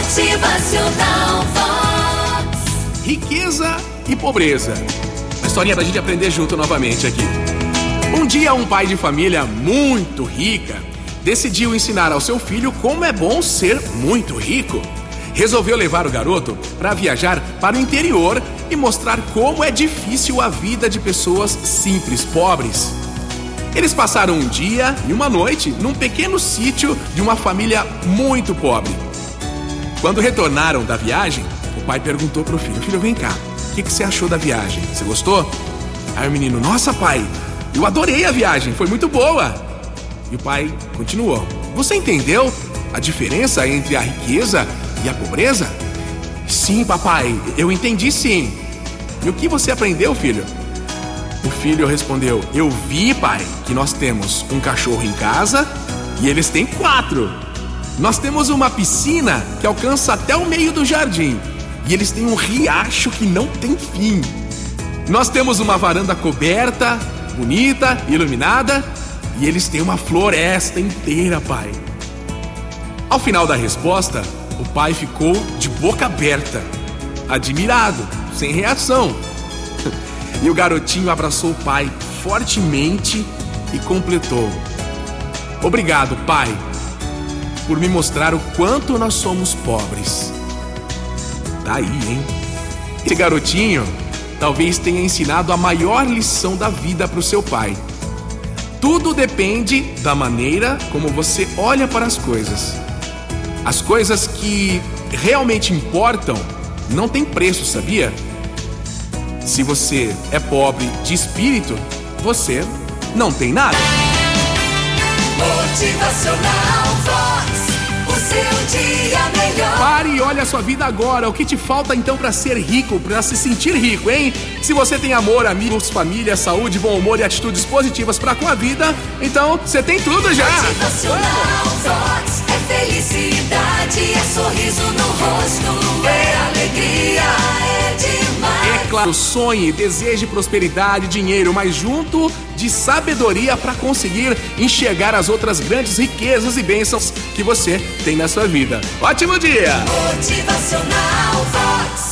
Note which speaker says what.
Speaker 1: Motivacional Vox.
Speaker 2: Riqueza e pobreza. Uma historinha pra gente aprender junto novamente aqui. Um dia um pai de família muito rica decidiu ensinar ao seu filho como é bom ser muito rico. Resolveu levar o garoto para viajar para o interior e mostrar como é difícil a vida de pessoas simples, pobres. Eles passaram um dia e uma noite num pequeno sítio de uma família muito pobre. Quando retornaram da viagem, o pai perguntou pro filho: filho, vem cá, o que você achou da viagem? Você gostou? Aí o menino: nossa, pai, eu adorei a viagem, foi muito boa. E o pai continuou: você entendeu a diferença entre a riqueza e a pobreza? Sim, papai, eu entendi sim. E o que você aprendeu, filho? O filho respondeu: eu vi, pai, que nós temos um cachorro em casa e eles têm 4. Nós temos uma piscina que alcança até o meio do jardim e eles têm um riacho que não tem fim. Nós temos uma varanda coberta, bonita, iluminada e eles têm uma floresta inteira, pai. Ao final da resposta, o pai ficou de boca aberta, admirado, sem reação. E o garotinho abraçou o pai fortemente e completou: obrigado, pai, por me mostrar o quanto nós somos pobres. Tá aí, hein? Esse garotinho talvez tenha ensinado a maior lição da vida para o seu pai. Tudo depende da maneira como você olha para as coisas. As coisas que realmente importam não têm preço, sabia? Se você é pobre de espírito, você não tem nada.
Speaker 1: Motivacional Vox, o seu dia melhor.
Speaker 2: Pare e olhe a sua vida agora. O que te falta então para ser rico, para se sentir rico, hein? Se você tem amor, amigos, família, saúde, bom humor e atitudes positivas para com a vida, então você tem tudo já.
Speaker 1: Motivacional Vox é felicidade, é sorriso no rosto, é alegria, é demais.
Speaker 2: É claro, sonhe, deseje prosperidade, dinheiro, mas junto de sabedoria para conseguir enxergar as outras grandes riquezas e bênçãos que você tem na sua vida. Ótimo dia!
Speaker 1: Motivacional Vox.